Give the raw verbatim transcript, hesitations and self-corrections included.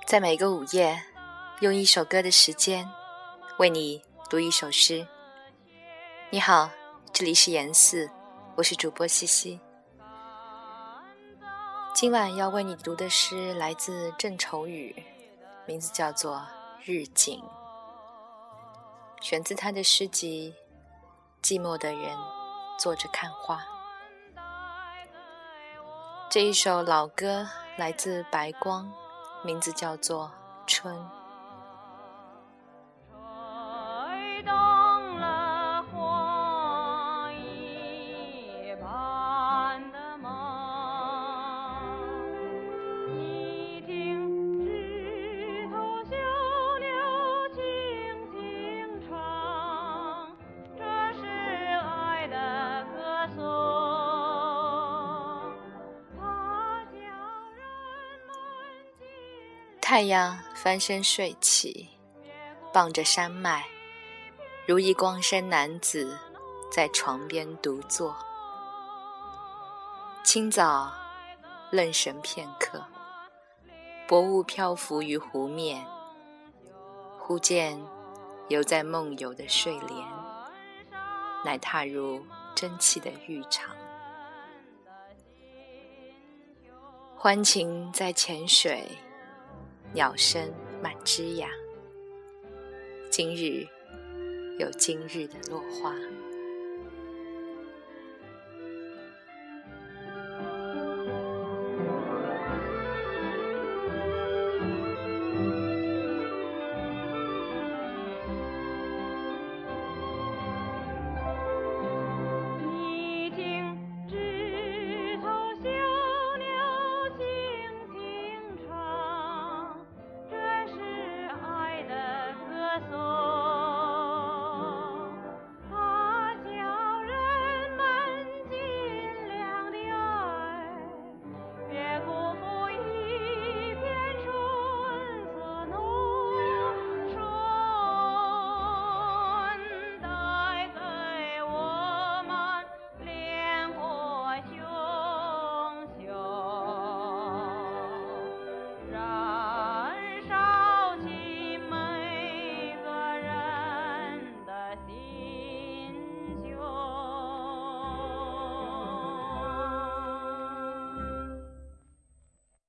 在每个午夜，用一首歌的时间为你读一首诗。你好，这里是言四，我是主播西西。今晚要为你读的诗来自郑愁予，名字叫做《日景》，选自他的诗集《寂寞的人坐着看花》。这一首老歌来自白光，名字叫做《春》。太阳翻身睡起，傍着山脉，如一光身男子在床边独坐。清早愣神片刻，薄雾漂浮于湖面，忽见犹在梦游的睡莲，乃踏入真气的浴场。欢晴在浅水，鸟声满枝桠，今日有今日的落花。